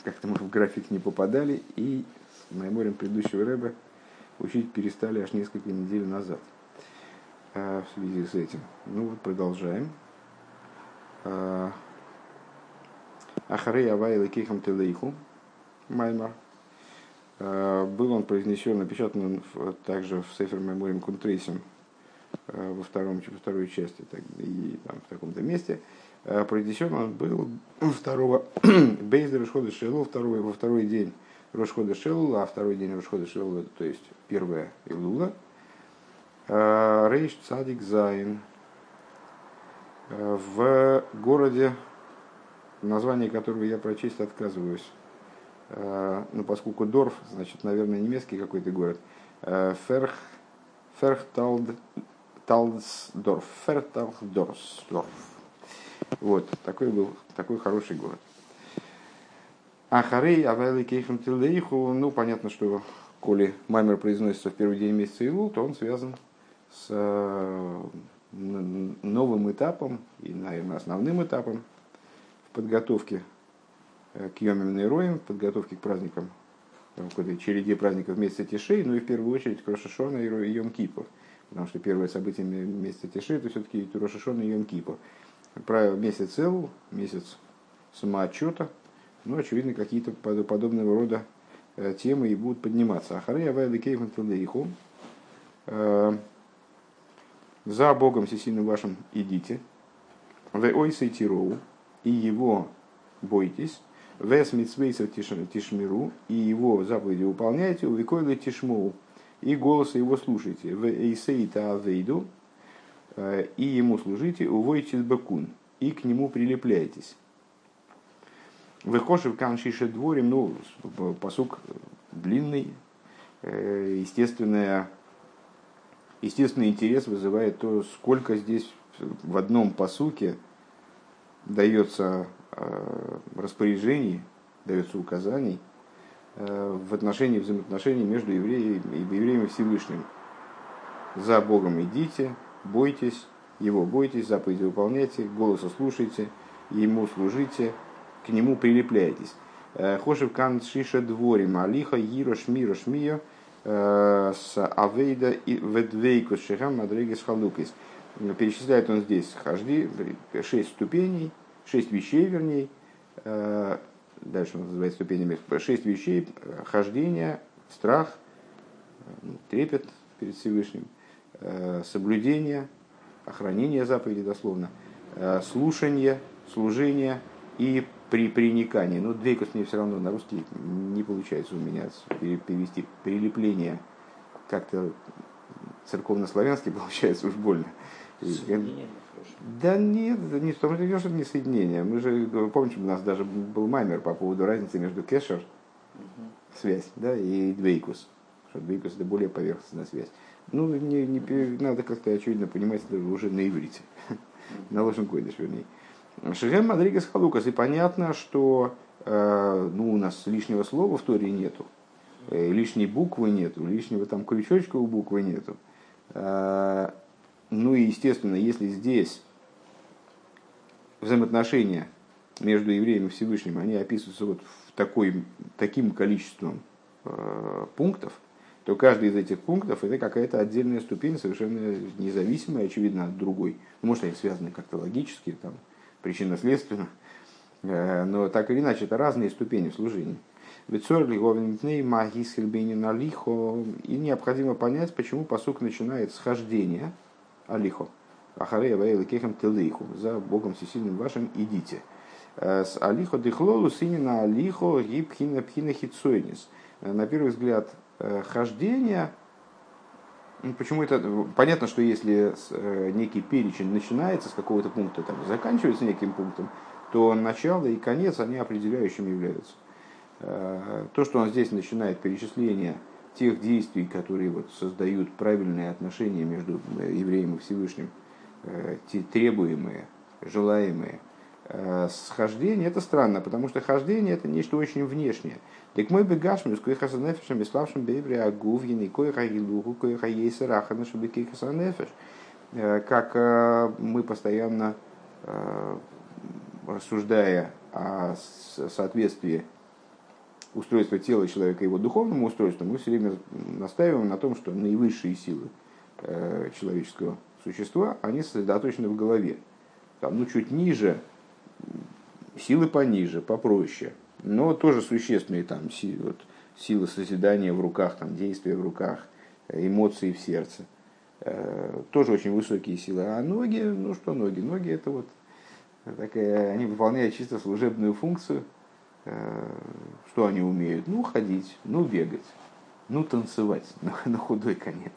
как-то мы в график не попадали, и с майморем предыдущего рэба учить перестали аж несколько недель назад в связи с этим. Ну вот продолжаем. Ахарей авай кейхам телейху маймар. Был он произнесен, напечатан также в Сефер Меморим Кунтрейсим во второй части и там, в таком-то месте. Произнесен он был 2 Бейзда Рошхода Шелу, во второй день Рошхода Шелу, а второй день Рошхода Шелу, то есть 1 Илула, Рейш Цадик Зайн, в городе, название которого я прочесть отказываюсь, поскольку Дорф, значит, наверное, немецкий какой-то город, Ферхталдсдорф. Вот, такой хороший город. Ахарей авайли кейхам тилдейху, понятно, что коли маймер произносится в первый день месяца Илул, то он связан с новым этапом и, наверное, основным этапом в подготовке к Йомим Нейроим, подготовке к праздникам, к этой череде праздников месяца Тишей, и в первую очередь к Рош ха-Шана и Йом Кипур, потому что первое событие месяца Тишей это все-таки Рош ха-Шана и Йом Кипур. Про месяц Элул, месяц самоотчета, очевидно, какие-то подобного рода темы и будут подниматься. Ахарей авайли кейхам тилдейху, за Богом всесильным вашим идите, ве ойсей тироу, и его бойтесь, вес митцвейсов тишмиру, и его заповеди выполняйте, увекойлы тишмоу, и голоса его слушайте, ве эйсей таавейду, и ему служите, увойте бекун, и к нему прилепляйтесь. Выхошев каншише дворим, пасук длинный, естественный интерес вызывает то, сколько здесь в одном пасуке дается распоряжений, дается указаний в отношении взаимоотношений между евреем и Всевышним. За Богом идите, бойтесь, его бойтесь, заповеди выполняйте, голоса слушайте, ему служите, к нему прилепляйтесь. Хошев кан шиша дворим, алиха гирош мирош мио, с авейда и ведвейкус шехам мадрегис халукис. Перечисляет он здесь 6 ступеней, 6 вещей, вернее, дальше он называет ступенями, 6 вещей: хождение, страх, трепет перед Всевышним, соблюдение, охранение заповедей дословно, слушание, служение и приникание. Двейкус мне все равно на русский не получается у меня перевести. Прилепление как-то церковно-славянски получается уж больно. Да нет, не в том, что это не соединение. Мы же, помните, у нас даже был маймер по поводу разницы между кешер, связь, да, и двейкус. Что двейкус это более поверхностная связь. Надо как-то очевидно понимать это уже на иврите. На лошен койдыш, вернее. Шехем мадригас халукас. И понятно, что у нас лишнего слова в Торе нету. Лишней буквы нету, лишнего там крючочка у буквы нету. И естественно, если здесь взаимоотношения между евреем и Всевышним, они описываются вот таким количеством пунктов, то каждый из этих пунктов это какая-то отдельная ступень, совершенно независимая, очевидно, от другой. Может, они связаны как-то логически, там, причинно-следственно, но так или иначе, это разные ступени в служении. И необходимо понять, почему пасук начинает с хождения, алихо, ахарея ваэлэ кехам телейху, за Богом всесильным вашим идите. С алихо дыхлолу синина алихо гибхина пхина хитсойнис. На первый взгляд, хождение, почему это? Понятно, что если некий перечень начинается с какого-то пункта, там, заканчивается неким пунктом, то начало и конец, они определяющими являются. То, что он здесь начинает перечисление тех действий, которые создают правильные отношения между евреем и Всевышним, те требуемые, желаемые, с хождением, это странно, потому что хождение это нечто очень внешнее. Так мой бегашмис, кое хасанефешем, беславшим бейбре агувьин, и кое хагилуху, кое хаейсарахана, чтобы кей хасанефеш. Как мы постоянно, рассуждая о соответствии устройства тела человека, его духовному устройству, мы все время настаиваем на том, что наивысшие силы человеческого существа, они сосредоточены в голове. Там, ну, чуть ниже, силы пониже, попроще, но тоже существенные там силы созидания в руках, там, действия в руках, эмоции в сердце. Тоже очень высокие силы. А ноги, ну что ноги? Ноги это вот такая, они выполняют чисто служебную функцию. Что они умеют? Ну, ходить, ну, бегать, ну, танцевать, на худой конец.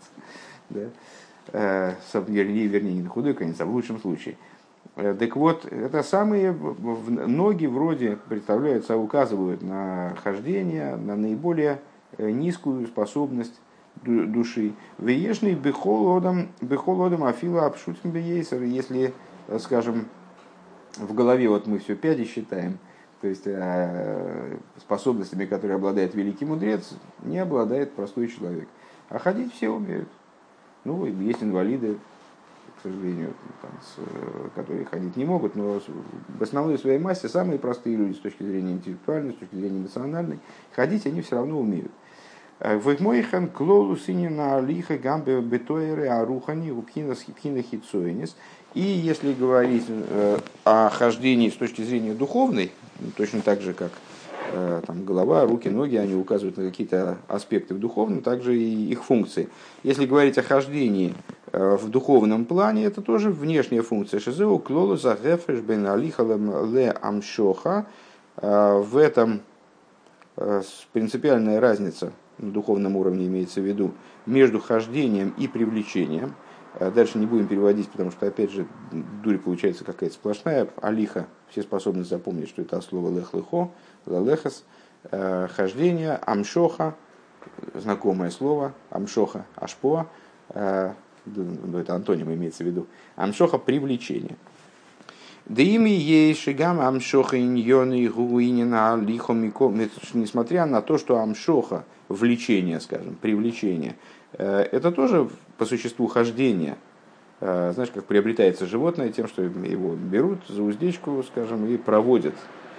Да? Вернее, не на худой конец, а в лучшем случае. Так вот, это самые ноги вроде представляются, указывают на хождение, на наиболее низкую способность души. Веешный бехолодом афила обшутим бейсер. Если, скажем, в голове вот мы все пяди считаем, то есть способностями, которые обладает великий мудрец, не обладает простой человек. А ходить все умеют. Ну, есть инвалиды, к сожалению, которые ходить не могут, но в основной своей массе самые простые люди с точки зрения интеллектуальной, с точки зрения эмоциональной, ходить они все равно умеют. Воймойхан клолу синина лиха гамбе бетоеры арухани упхина хитсоинис. И если говорить о хождении с точки зрения духовной, точно так же, как там, голова, руки, ноги, они указывают на какие-то аспекты в духовном, также и их функции. Если говорить о хождении в духовном плане, это тоже внешняя функция. Шизеу клолу загефеш бен алихалем ле амшоха. В этом принципиальная разница на духовном уровне имеется в виду между хождением и привлечением. Дальше не будем переводить, потому что, опять же, дурь получается какая-то сплошная. Алиха, все способны запомнить, что это от слова лех-лехо, лалехас, хождение, амшоха, знакомое слово, амшоха, ашпоа, это антоним имеется в виду, амшоха – привлечение. Дими ей шигам амшоха иньоны гуинина лихо мико. Несмотря на то, что амшоха, влечение, скажем, привлечение, это тоже по существу хождение. Знаешь, как приобретается животное тем, что его берут за уздечку, скажем, и проводят,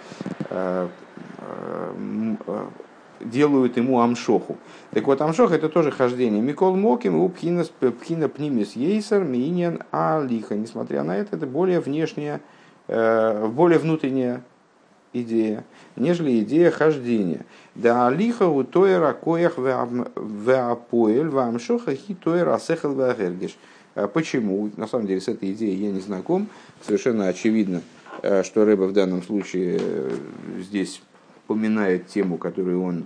делают ему амшоху. Так вот, амшоха это тоже хождение. Микол моким у пхина пнимис ейсер миньян алиха. Несмотря на это более внешняя, более внутренняя идея, нежели идея хождения. Да алиха у тоера коях веапоэль вамшоха хи тоера асехал веагергеш. Почему? На самом деле с этой идеей я не знаком. Совершенно очевидно, что Ребе в данном случае здесь поминает тему, которую он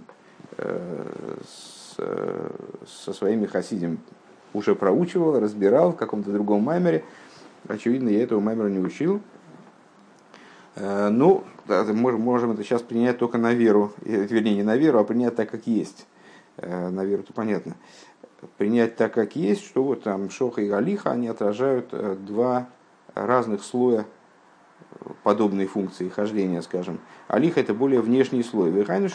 со своими хасидим уже проучивал, разбирал в каком-то другом маймере. Очевидно, я этого маймера не учил. Ну, можем это сейчас принять только на веру, вернее, не на веру, а принять так, как есть. На веру-то понятно. Принять так, как есть, что вот там шоха и галиха, они отражают два разных слоя подобной функции хождения, скажем. Алиха – это более внешний слой.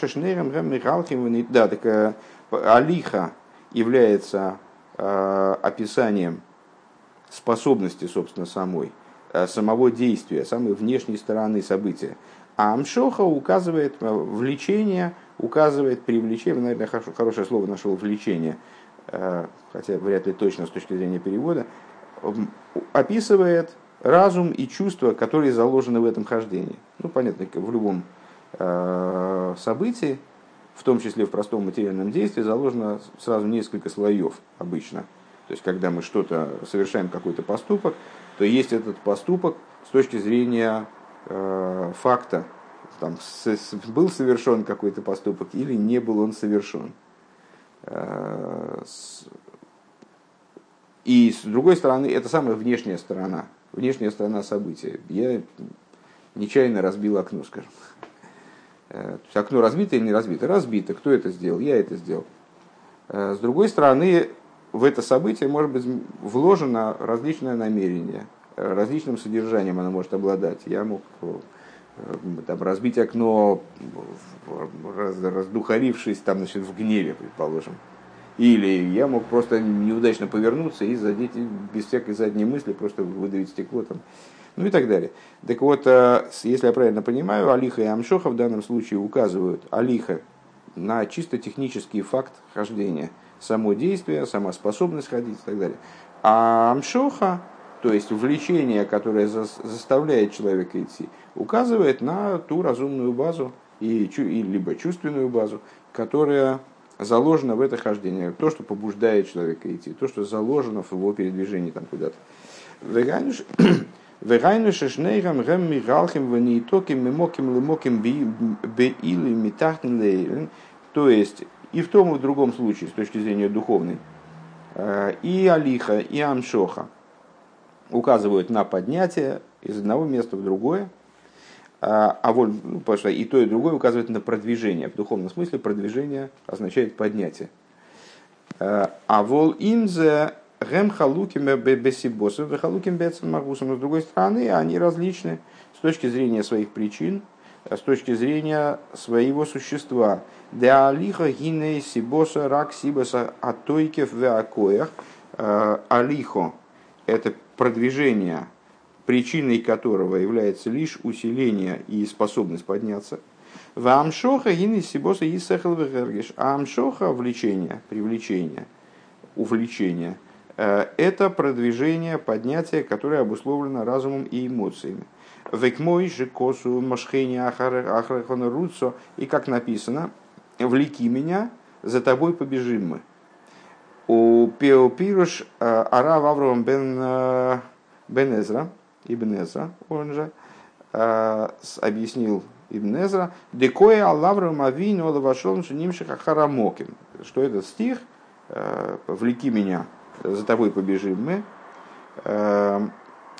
Да, так алиха является описанием способности, собственно, самого действия, самой внешней стороны события. А амшоха указывает влечение, указывает привлечение, наверное, хорошее слово нашел влечение, хотя вряд ли точно с точки зрения перевода, описывает разум и чувства, которые заложены в этом хождении. Ну, понятно, в любом событии, в том числе в простом материальном действии, заложено сразу несколько слоев обычно. То есть, когда мы что-то совершаем, какой-то поступок, то есть этот поступок с точки зрения факта, там, был совершен какой-то поступок или не был он совершен. И с другой стороны, это самая внешняя сторона события. Я нечаянно разбил окно, скажем. То есть окно разбито или не разбито? Разбито. Кто это сделал? Я это сделал. С другой стороны, в это событие может быть вложено различное намерение, различным содержанием оно может обладать. Я мог там, разбить окно, раздухарившись там, значит, в гневе, предположим. Или я мог просто неудачно повернуться и задеть без всякой задней мысли, просто выдавить стекло там, ну и так далее. Так вот, если я правильно понимаю, алиха и амшоха в данном случае указывают, алиха на чисто технический факт хождения. Само действие, сама способность ходить и так далее. А амшоха, то есть влечение, которое заставляет человека идти, указывает на ту разумную базу, либо чувственную базу, которая заложена в это хождение. То, что побуждает человека идти, то, что заложено в его передвижении там куда-то. Вегайну шешнейгам гэм мигалхим ванитоким мимоким лимоким беилы митахтин лейлен. То есть и в том, и в другом случае, с точки зрения духовной, и алиха, и амшоха указывают на поднятие из одного места в другое, потому что и то, и другое указывает на продвижение. В духовном смысле продвижение означает поднятие. А вол имзе гэм халуким бесибосов, халуким бецен магусом. Но с другой стороны, они различны с точки зрения своих причин, с точки зрения своего существа. Де алиха гиней сибоса рак сибоса атойкев веакоях. Алихо – это продвижение, причиной которого является лишь усиление и способность подняться. В амшоха гиней сибоса исехал вегергиш. А амшоха – влечение, привлечение, увлечение – это продвижение, поднятие, которое обусловлено разумом и эмоциями. Векмой же косу машхения ахрахона руцо, и как написано, влеки меня, за тобой побежим мы. У Пируш Арав Авром бен Эзра, Ибн Эзра, он же, объяснил Ибн Эзра, декоя Аллавром Авину Алавашон Шенимших Ахарамоким, что этот стих «Влеки меня, за тобой побежим мы»,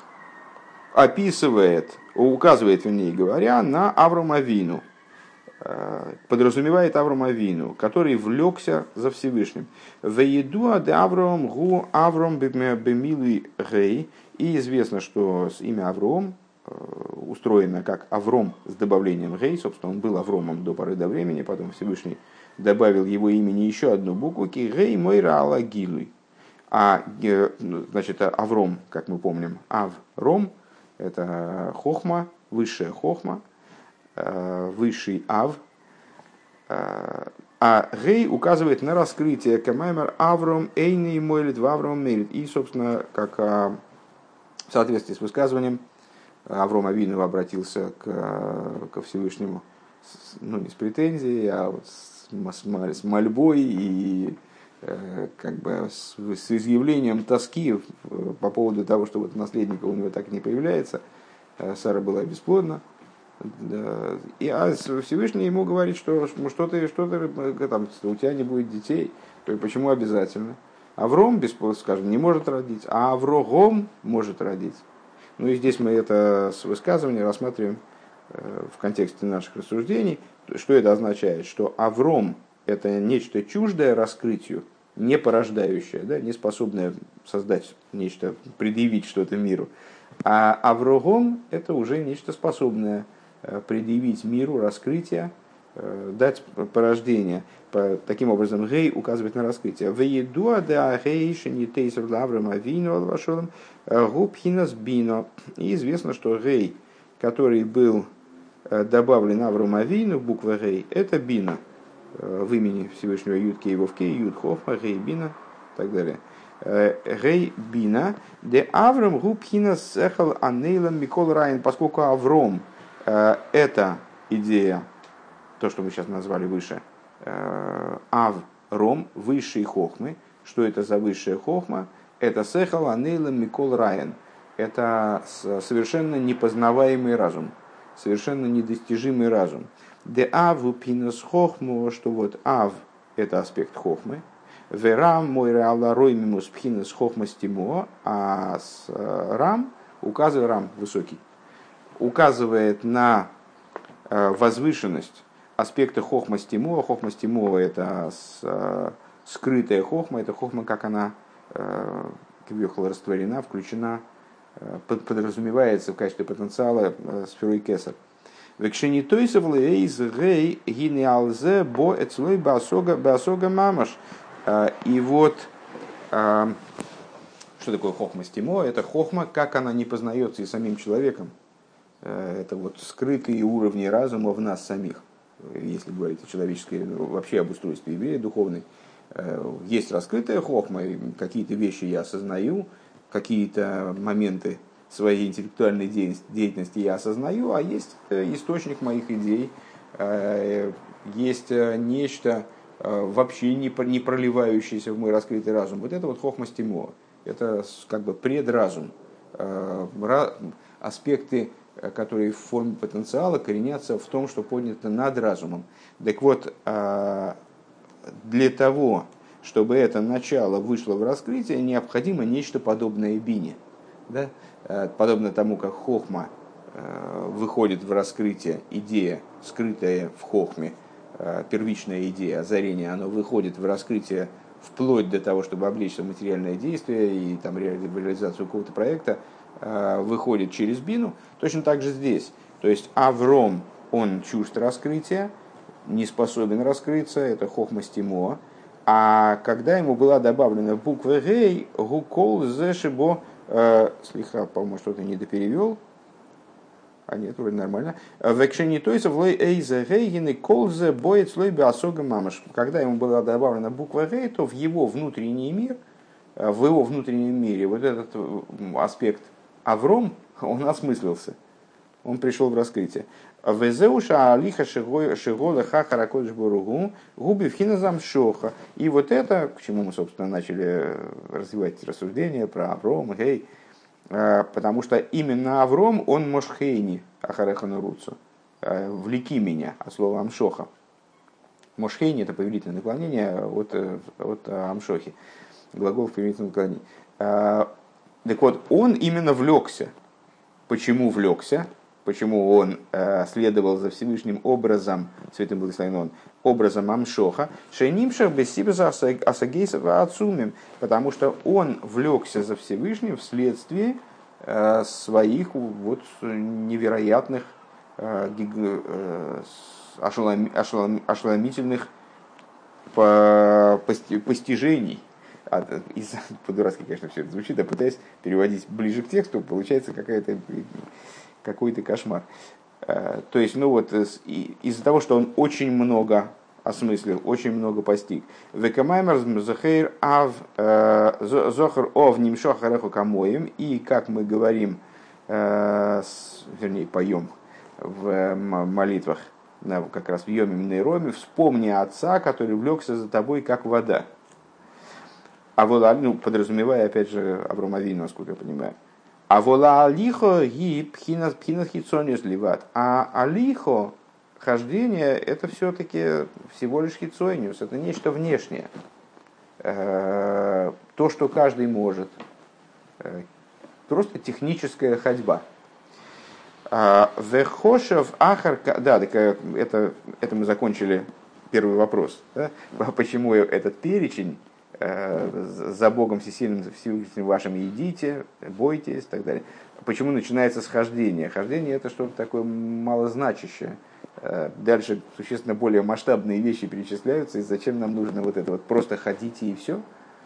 описывает, указывает, вернее говоря, на Авром Авину, подразумевает Авром Авину, который влекся за Всевышним. «Веедуа де Авром гу Авром бемилы гей». И известно, что имя Авром устроено как Авром с добавлением гей. Собственно, он был Авромом до поры до времени, потом Всевышний добавил его имени еще одну букву, ки гей мойра ала гилы. Значит, Авром, как мы помним, Авром – это хохма, высшая хохма, высший ав. А гей указывает на раскрытие камаймер Авром эйни мойлит в Авром мейлит. И, собственно, как в соответствии с высказыванием, Авром Авину обратился ко Всевышнему, ну, не с претензией, а вот с мольбой и как бы с изъявлением тоски по поводу того, что вот наследника у него так и не появляется. Сара была бесплодна. И Всевышний ему говорит, что ты там, у тебя не будет детей. Почему обязательно? Авром, скажем, не может родить, а Аврогом может родить. Ну и здесь мы это высказывание рассматриваем в контексте наших рассуждений. Что это означает? Что Авром – это нечто чуждое раскрытию, не порождающее, да, не способное создать нечто, предъявить что-то миру. А Аврогом – это уже нечто способное предъявить миру, раскрытие, дать порождение. Таким образом, гей указывает на раскрытие. «Веедуа да гей шени тейсер лаврам авину алвашолам губхинас бино». И известно, что гей, который был добавлен Аврам Авину, буква гей, это бина в имени Всевышнего Юд Кей Вов Кей, Юд Хохма, гей бина и так далее. Гей бина, де Аврам губхинас сехал анейлам микол райн, поскольку Авром это идея, то, что мы сейчас назвали выше, Авром, высшей хохмы. Что это за высшая хохма? Это сехал анейлам микол райн. Это совершенно непознаваемый разум, совершенно недостижимый разум. Де аву пинас хохму, что вот ав – это аспект хохмы. Верам мой реала роймимус пхинас хохма стимо, а рам, указывает рам высокий, указывает на возвышенность аспекта хохма стимо. Хохма стимо – это скрытая хохма, это хохма, как она квехла растворена, включена, подразумевается в качестве потенциала сферой Кесар. Векшени тойсов лейз гей гинеалзе бо эцлой басога мамаш. И вот, что такое хохма стимо? Это хохма, как она не познается и самим человеком. Это вот скрытые уровни разума в нас самих. если говорить о человеческой, вообще об устройстве еврея духовной, есть раскрытая хохма, какие-то вещи я осознаю, какие-то моменты своей интеллектуальной деятельности я осознаю, а есть источник моих идей, есть нечто вообще не проливающееся в мой раскрытый разум. Вот это вот хохма стимо, это как бы предразум, аспекты, которые в форме потенциала коренятся в том, что поднято над разумом. Так вот, для того, чтобы это начало вышло в раскрытие, необходимо нечто подобное бине. Да? Подобно тому, как хохма выходит в раскрытие, идея, скрытая в хохме, первичная идея озарения, она выходит в раскрытие вплоть до того, чтобы облечься в материальное действие и там, реализацию какого-то проекта, выходит через бину. Точно так же здесь. То есть Авром, он чужд раскрытия, не способен раскрыться, это хохма стимо. А когда ему была добавлена буква гей, гукол зешибо, слегка, по-моему, что-то недоперевел. А нет, вроде нормально. Векшени тойса влой эйза гейгины колзе боет слой биосога мамаш. Когда ему была добавлена буква гей, то в его внутренний мир, в его внутреннем мире вот этот аспект Авром, он осмыслился. Он пришел в раскрытие. Везеуша алиха шигола хахара кодыш боругу губи вхиназам шоха. И вот это, к чему мы, собственно, начали развивать рассуждения про Авром, гей, потому что именно Авром, он мошхейни, ахарехану руцу, влеки меня, от слова амшоха. Мошхейни — это повелительное наклонение от амшохи, глагол в повелительном наклонении. Так вот, он именно влекся. Почему влекся? Почему он следовал за Всевышним образом, святым благословен он, образом Амшоха, Шейнимшах бессибза асагейсова отцумим, потому что он влекся за Всевышним вследствие своих вот невероятных, ошеломительных постижений. По-дурацки, конечно, все это звучит, а пытаясь переводить ближе к тексту, получается какой-то кошмар. То есть, ну вот, из-за того, что он очень много осмыслил, очень много постиг. Векамаймер захейр ав зохар ов нимшох ареху камоем. И, как мы говорим, вернее, поем в молитвах, как раз в Йомим Нейроме, вспомни отца, который влекся за тобой, как вода. А вола, ну, подразумевая, опять же, Авром Авину, насколько я понимаю. А вола алихо ги пхинас хитсониус ливат. А алихо, хождение, это все-таки всего лишь хитсониус, это нечто внешнее. То, что каждый может. Просто техническая ходьба. Вехошев ахарка. Да, так это мы закончили первый вопрос. Да? Почему этот перечень? За Богом всесильным, Всевышним вашим идите, бойтесь и так далее. Почему начинается с хождения? Хождение — это что-то такое малозначащее. Дальше существенно более масштабные вещи перечисляются, и зачем нам нужно вот это вот просто ходите и все?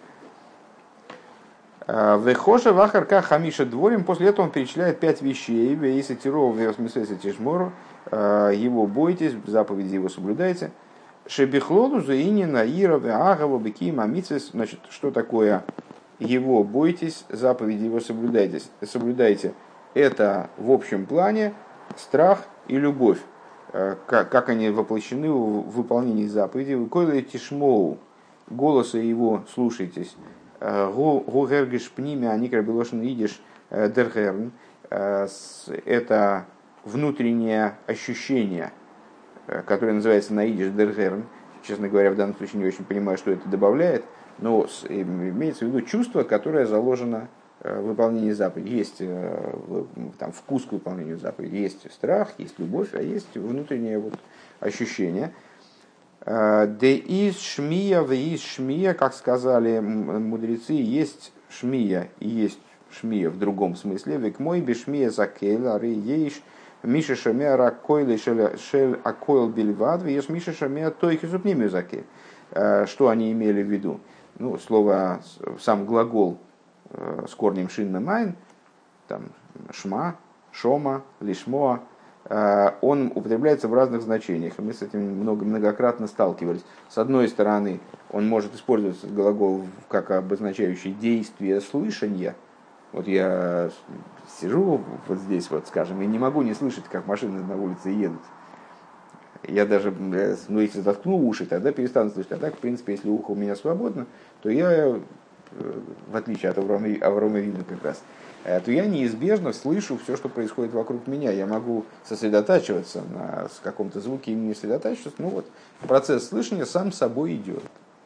Вехоша вахарка хамиша дворим. После этого он перечисляет 5 вещей. Если тиров весмисеса тишмору, его бойтесь, заповеди его соблюдайте. Шебихлоду заинина Ирова Агава Беки Мамицис. Значит, что такое его бойтесь, заповеди его соблюдайте. Это в общем плане страх и любовь. Как они воплощены в выполнении заповедей. Вы койли тишмоу, голоса его слушайтесь. Гу гергиш пниме, они крабилошен идиш дергерн. Это внутреннее ощущение, который называется наидиш дергерн. Честно говоря, в данном случае не очень понимаю, что это добавляет, но имеется в виду чувство, которое заложено в выполнении заповеди. Есть там, вкус к выполнению заповеди, есть страх, есть любовь, а есть внутреннее вот ощущение. Де из шмия, в из шмия, как сказали мудрецы, есть шмия и есть шмия в другом смысле. Век мой бешмия закель, ары ейш. Миша шамя ракойлы шель акойл бельвад, веш Миша шамя тойки зубними заки. Что они имели в виду? Ну, слово, сам глагол с корнем шинна майн, там шма, шома, лишмоа, он употребляется в разных значениях. И мы с этим многократно сталкивались. С одной стороны, он может использоваться глагол как обозначающий действие слышания. Вот я сижу вот здесь, вот, скажем, и не могу не слышать, как машины на улице едут. Я даже, ну, если заткну уши, тогда перестану слышать. А так, в принципе, если ухо у меня свободно, то я, в отличие от Аврома Вина как раз, то я неизбежно слышу все, что происходит вокруг меня. Я могу сосредотачиваться на каком-то звуке и не сосредотачиваться. Ну вот, процесс слышания сам собой идет.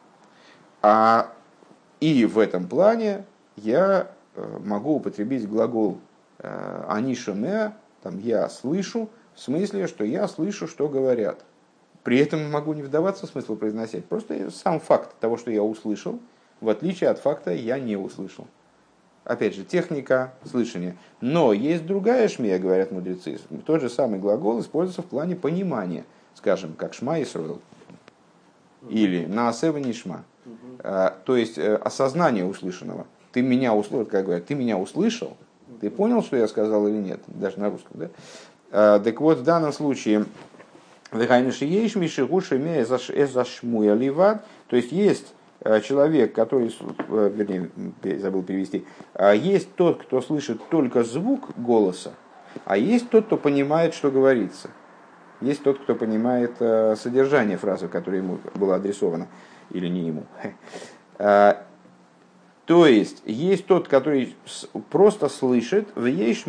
И в этом плане я могу употребить глагол «они шумеа», там «я слышу», в смысле, что я слышу, что говорят. При этом могу не вдаваться в смысл произносить. Просто сам факт того, что я услышал, в отличие от факта «я не услышал». Опять же, техника слышания. Но есть другая шмия, говорят мудрецы. Тот же самый глагол используется в плане понимания. Скажем, как «шма Исроэл» или «наасева нишма». То есть осознание услышанного. Ты меня услышал, как говорят, ты меня услышал? Ты понял, что я сказал или нет? Даже на русском, да? Так вот, в данном случае, то есть есть человек, который, вернее, забыл перевести, есть тот, кто слышит только звук голоса, а есть тот, кто понимает, что говорится. Есть тот, кто понимает содержание фразы, которая ему была адресована, или не ему. То есть, есть тот, который просто слышит, есть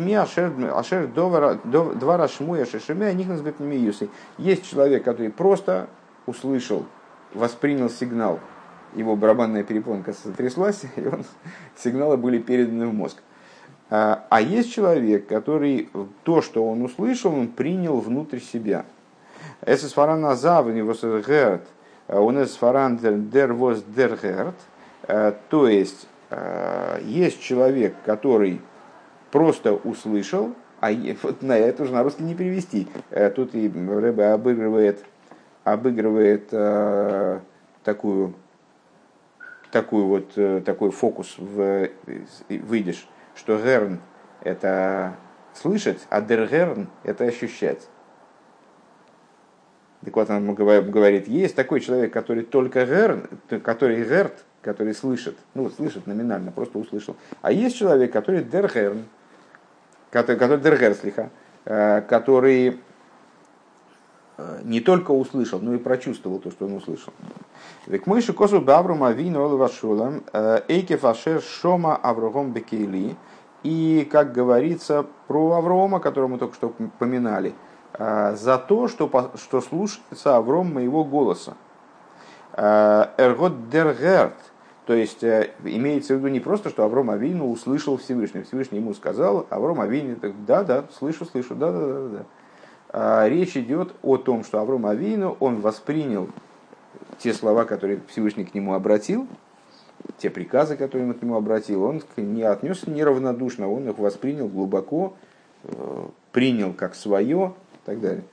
человек, который просто услышал, воспринял сигнал, его барабанная перепонка сотряслась, и сигналы были переданы в мозг. А есть человек, который то, что он услышал, он принял внутрь себя. «Эсэсфаран азав, у него сэргэрт, он эсэсфаран дэр воз дэргэрт». То есть, есть человек, который просто услышал, а вот на это уже на русский не перевести. Тут и Рэбе обыгрывает такой фокус в идиш, что герн – это слышать, а дергерн – это ощущать. Так вот, он говорит, есть такой человек, который только герн, который герт, который слышит, ну, слышит номинально, просто услышал. А есть человек, который дергерн, который дергерслиха, который не только услышал, но и прочувствовал то, что он услышал. Век мыши косу баврум авину олвашулам эйкев ашер шома аврогом бекейли. И, как говорится про Аврома, которого мы только что поминали, за то, что слушается Авром моего голоса. Эргот дергерт. То есть имеется в виду не просто, что Авром Авину услышал Всевышний. Всевышний ему сказал, Авром Авину, да, слышу, да. Речь идет о том, что Авром Авину, он воспринял те слова, которые Всевышний к нему обратил, те приказы, которые он к нему обратил, он не отнесся неравнодушно, он их воспринял глубоко, принял как свое и так далее.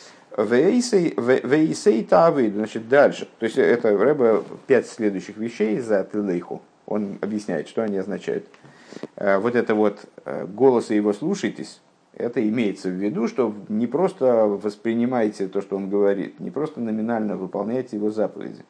Вейсей тавид, значит, дальше. То есть это Рэбе 5 следующих вещей за Телейху. Он объясняет, что они означают. Вот это вот голос его слушайтесь, это имеется в виду, что не просто воспринимаете то, что он говорит, не просто номинально выполняете его заповеди,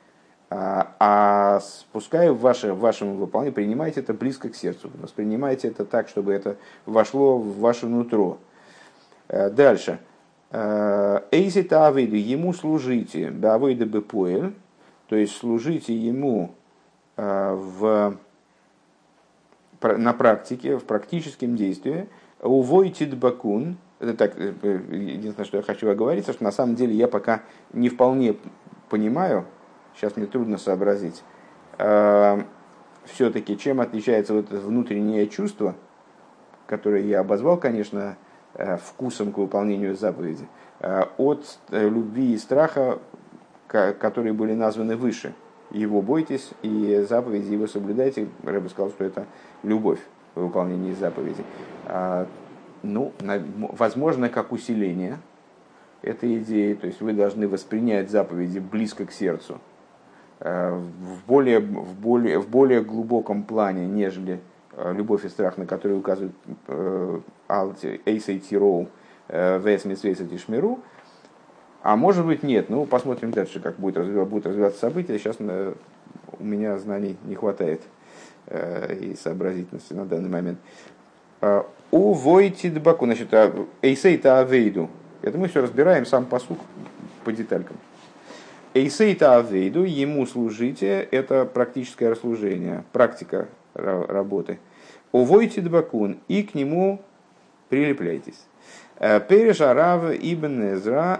а пускай в вашем выполнении принимайте это близко к сердцу, воспринимайте это так, чтобы это вошло в ваше нутро. Дальше. Эйсита авиду, ему служите, бавойда бепоэль, то есть служите ему на практике, в практическом действии, увойтид бакун. Это так, единственное, что я хочу оговориться, что на самом деле я пока не вполне понимаю, сейчас мне трудно сообразить, все-таки чем отличается вот это внутреннее чувство, которое я обозвал, конечно, вкусом к выполнению заповеди, от любви и страха, которые были названы выше. Его бойтесь и заповеди его соблюдайте. Рэбе сказал, что это любовь в выполнении заповедей. Ну, возможно, как усиление этой идеи. То есть вы должны воспринять заповеди близко к сердцу, в более глубоком плане, нежели любовь и страх, на которые указывает Эйсей Тироу, вес митсвейс тишмиру, а может быть нет. Ну, посмотрим дальше, как будут развиваться события. Сейчас у меня знаний не хватает и сообразительности на данный момент. У войти дбаку, значит, эйсейта авейду. Это мы все разбираем, сам пасук по деталькам. Эйсейта авейду, ему служите, это практическое служение, практика работы. У войти дбакун, и к нему прилепляйтесь. Переша рав ибн Эзра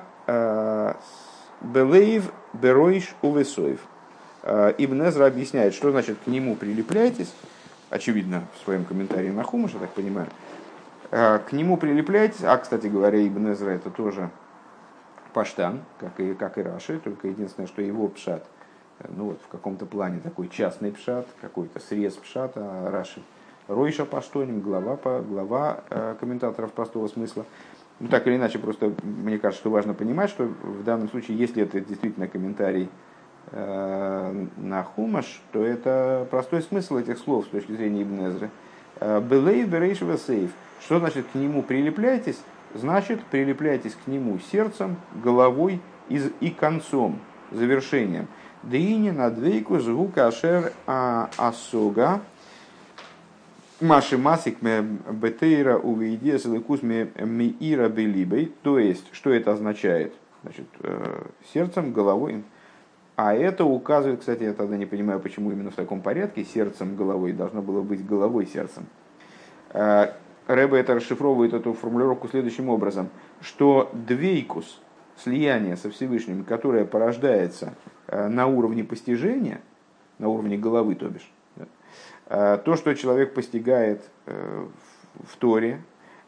белейв беройш увесоев. Ибн Эзра объясняет, что значит к нему прилепляйтесь. Очевидно, в своем комментарии на Хумаш, я так понимаю. К нему прилепляйтесь. А, кстати говоря, Ибн Эзра это тоже паштан, как и Раши, только единственное, что его пшат, ну вот в каком-то плане такой частный пшат, какой-то срез пшата, а Раши Ройша паштоним, глава комментаторов простого смысла. Ну так или иначе, просто мне кажется, что важно понимать, что в данном случае, если это действительно комментарий на Хумаш, то это простой смысл этих слов с точки зрения Ибн Эзры. Белейв берейшева сейф. Что значит к нему прилепляйтесь? Значит, прилепляйтесь к нему сердцем, головой и концом, завершением. Деини на двейку звука ашер асога маши масик бетейра увейдия селекус миира белибей. То есть, что это означает? Значит, сердцем, головой. А это указывает, кстати, я тогда не понимаю, почему именно в таком порядке сердцем, головой должно было быть головой, сердцем. Ребе это расшифровывает эту формулировку следующим образом, что двейкус, слияние со Всевышним, которое порождается на уровне постижения, на уровне головы, то бишь, то, что человек постигает в Торе,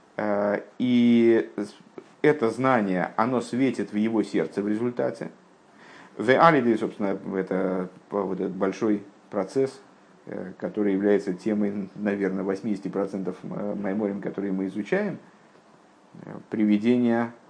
и это знание, оно светит в его сердце в результате. В Алиде, собственно, это вот этот большой процесс, который является темой, наверное, 80% майморим, которые мы изучаем, приведение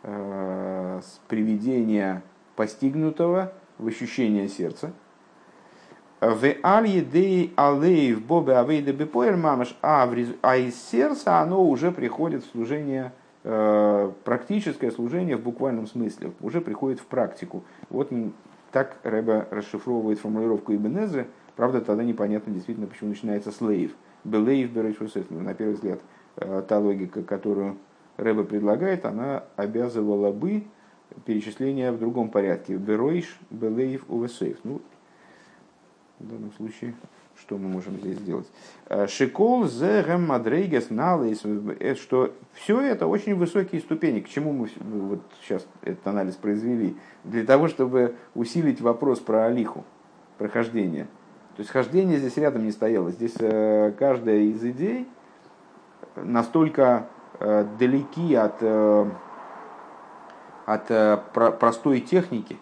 постигнутого в ощущение сердца. В Алидей алейв бобе авейда бепоэр мамаш, а из сердца оно уже приходит в служение, практическое служение в буквальном смысле, уже приходит в практику. Вот так Ребе расшифровывает формулировку Ибн Эзры. Правда, тогда непонятно действительно, почему начинается с лейв. Белейв берейшвусеф. На первый взгляд, та логика, которую Ребе предлагает, она обязывала бы перечисление в другом порядке. Берейш, белейв, увесеф. Ну, в данном случае, что мы можем здесь сделать? Шикол зэгем мадрейгес налейс. Что все это очень высокие ступени. К чему мы вот сейчас этот анализ произвели? Для того, чтобы усилить вопрос про алиху, прохождение. То есть хождение здесь рядом не стояло. Здесь каждая из идей настолько далеки от простой техники,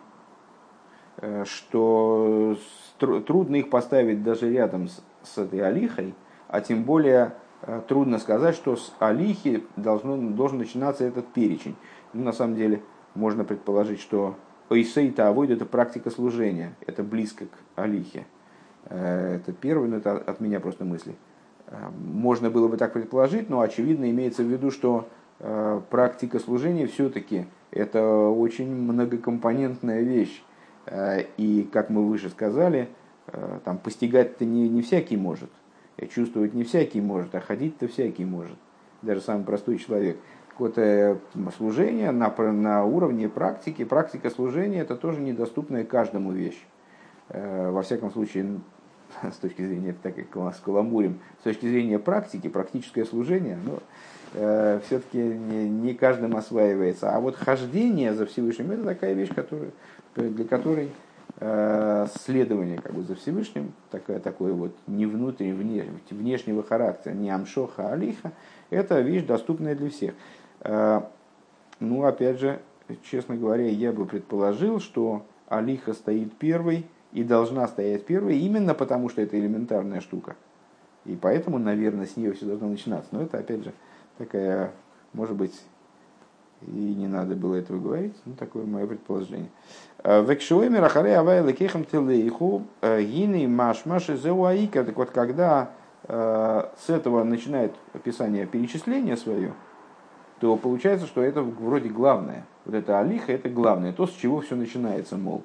что трудно их поставить даже рядом с этой алихой, а тем более трудно сказать, что с алихи должен начинаться этот перечень. Ну, на самом деле можно предположить, что ойсейта авойд — это практика служения, это близко к алихе. Это первый, но это от меня просто мысли. Можно было бы так предположить, но очевидно имеется в виду, что практика служения все-таки это очень многокомпонентная вещь. И, как мы выше сказали, там, постигать-то не всякий может, чувствовать не всякий может, а ходить-то всякий может, даже самый простой человек. Какое-то служение на уровне практики, практика служения — это тоже недоступная каждому вещь. Во всяком случае, с точки зрения, так как с каламбурем, с точки зрения практики, практическое служение, все-таки не каждым осваивается. А вот хождение за Всевышним — это такая вещь, для которой следование за Всевышним, такое вот не внутреннего, внешнего характера, не амшоха, а алиха, это вещь, доступная для всех. Ну, опять же, честно говоря, я бы предположил, что алиха стоит первой и должна стоять первой именно потому, что это элементарная штука. И поэтому, наверное, с нее все должно начинаться. Но это, опять же, такая, может быть, и не надо было этого говорить, но такое мое предположение. Векшуэмер ахаре авай лекехам телейху гины машмаши зеуаика. Так вот, когда с этого начинает описание перечисления свое, то получается, что это вроде главное. Вот это алиха, это главное, то, с чего все начинается, мол.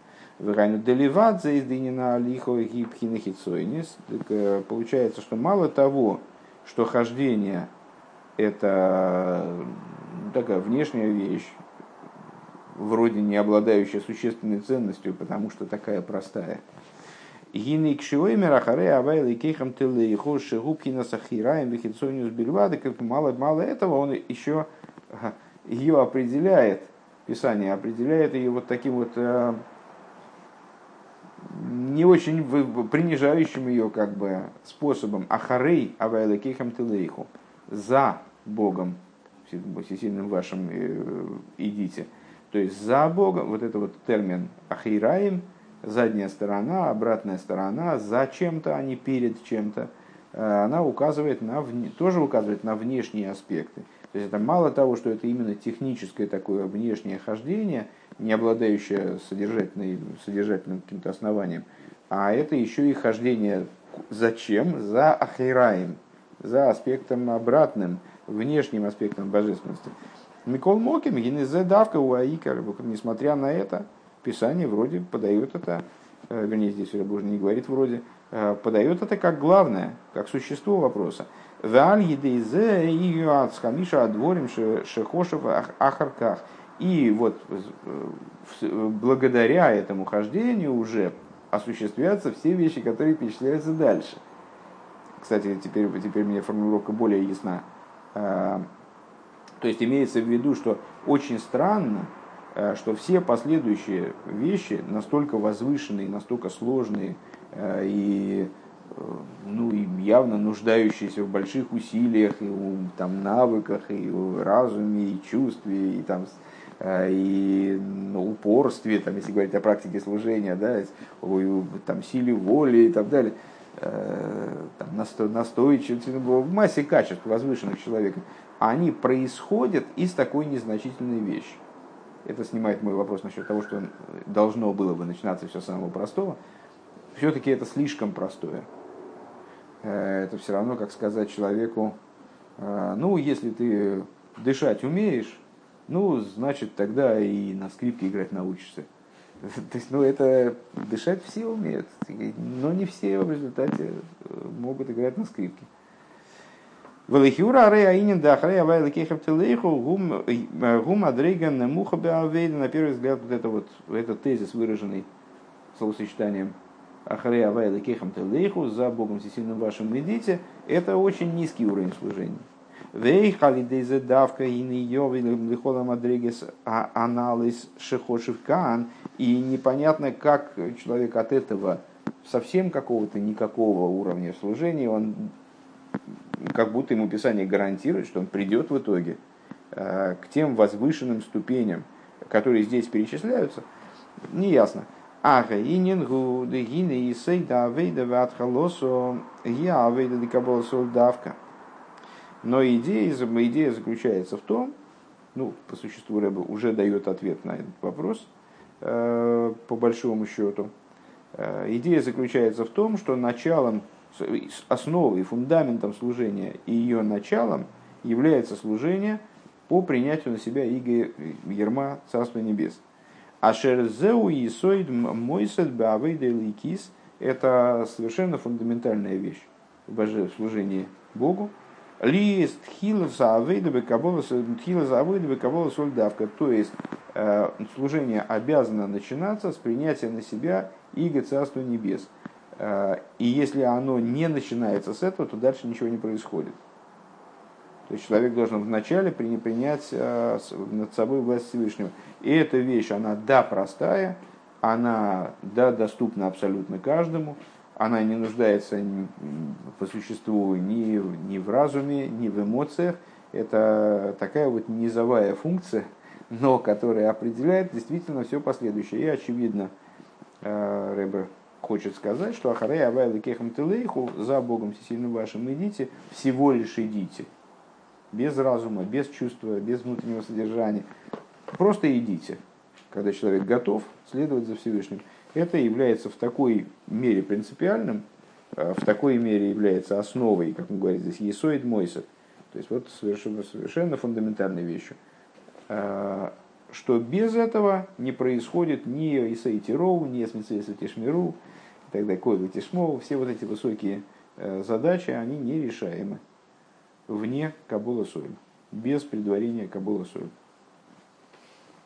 Получается, что мало того, что хождение это такая внешняя вещь, вроде не обладающая существенной ценностью, потому что такая простая. Мало этого, он еще ее определяет, Писание определяет ее вот таким вот не очень принижающим ее как бы способом. Ахарей авайлакейхам тилейху. За Богом, всесильным вашим идите. То есть за Богом, вот это вот термин ахираим, задняя сторона, обратная сторона, за чем-то, а не перед чем-то, она указывает тоже указывает на внешние аспекты. То есть это мало того, что это именно техническое такое внешнее хождение, не обладающее содержательным каким-то основанием, а это еще и хождение зачем? За ахираим, за аспектом обратным, внешним аспектом божественности. Микол Моким, генезе давка уаикар, несмотря на это, Писание вроде подает это, вернее, здесь Ребе уже не говорит вроде, подает это как главное, как существо вопроса. И вот благодаря этому хождению уже осуществляются все вещи, которые перечисляются дальше. Кстати, теперь мне формулировка более ясна. То есть имеется в виду, что очень странно, что все последующие вещи настолько возвышенные, настолько сложные и явно нуждающиеся в больших усилиях, и навыках, и разуме, и чувстве, и упорстве, если говорить о практике служения, да, силе воли и так далее, настойчивости, в массе качеств возвышенных человека, они происходят из такой незначительной вещи. Это снимает мой вопрос насчет того, что должно было бы начинаться все с самого простого. Все-таки это слишком простое. Это все равно, как сказать человеку, если ты дышать умеешь, значит, тогда и на скрипке играть научишься. То есть, это дышать все умеют, но не все в результате могут играть на скрипке. На первый взгляд, этот тезис, выраженный словосочетанием Ахарея Авайла Кехам Телейху, за Богом всесильным вашим идите, это очень низкий уровень служения. Вейхалидейзе давка и нейовилихола мадригес анализ шехошевкан, и непонятно, как человек от этого совсем какого-то никакого уровня служения, он как будто ему Писание гарантирует, что он придет в итоге к тем возвышенным ступеням, которые здесь перечисляются, неясно. Ага, и нингу дегины и сейда авейда ватхалосо я авейда декаболосо давка. Но идея заключается в том, по существу Ребе уже дает ответ на этот вопрос, по большому счету. Идея заключается в том, что началом, основой, фундаментом служения и ее началом является служение по принятию на себя иго ярма Царства Небес. Ашерзеу и соид мойсет бавейда ликис — это совершенно фундаментальная вещь в служении Богу. Лист хиласа авейда бекабола сольдавка, то есть служение обязано начинаться с принятия на себя иго Царства Небес. И если оно не начинается с этого, то дальше ничего не происходит. То есть человек должен вначале принять над собой власть Всевышнего. И эта вещь, она простая, она доступна абсолютно каждому, она не нуждается по существу ни в разуме, ни в эмоциях. Это такая вот низовая функция, но которая определяет действительно все последующее. И очевидно, Ребе хочет сказать, что Ахарей Авайла Кехам Телейху, за Богом всесильным вашим идите, всего лишь идите. Без разума, без чувства, без внутреннего содержания. Просто идите. Когда человек готов следовать за Всевышним. Это является в такой мере принципиальным, в такой мере является основой, как он говорит здесь, есоид мойсет. То есть вот совершенно фундаментальной вещью. Что без этого не происходит ни Исей Тироу, ни Эсмицейса Тишмиру, и так далее, Койла Тишмоу, все вот эти высокие задачи, они нерешаемы вне Кабула Сойль, без предварения Кабула Сойль.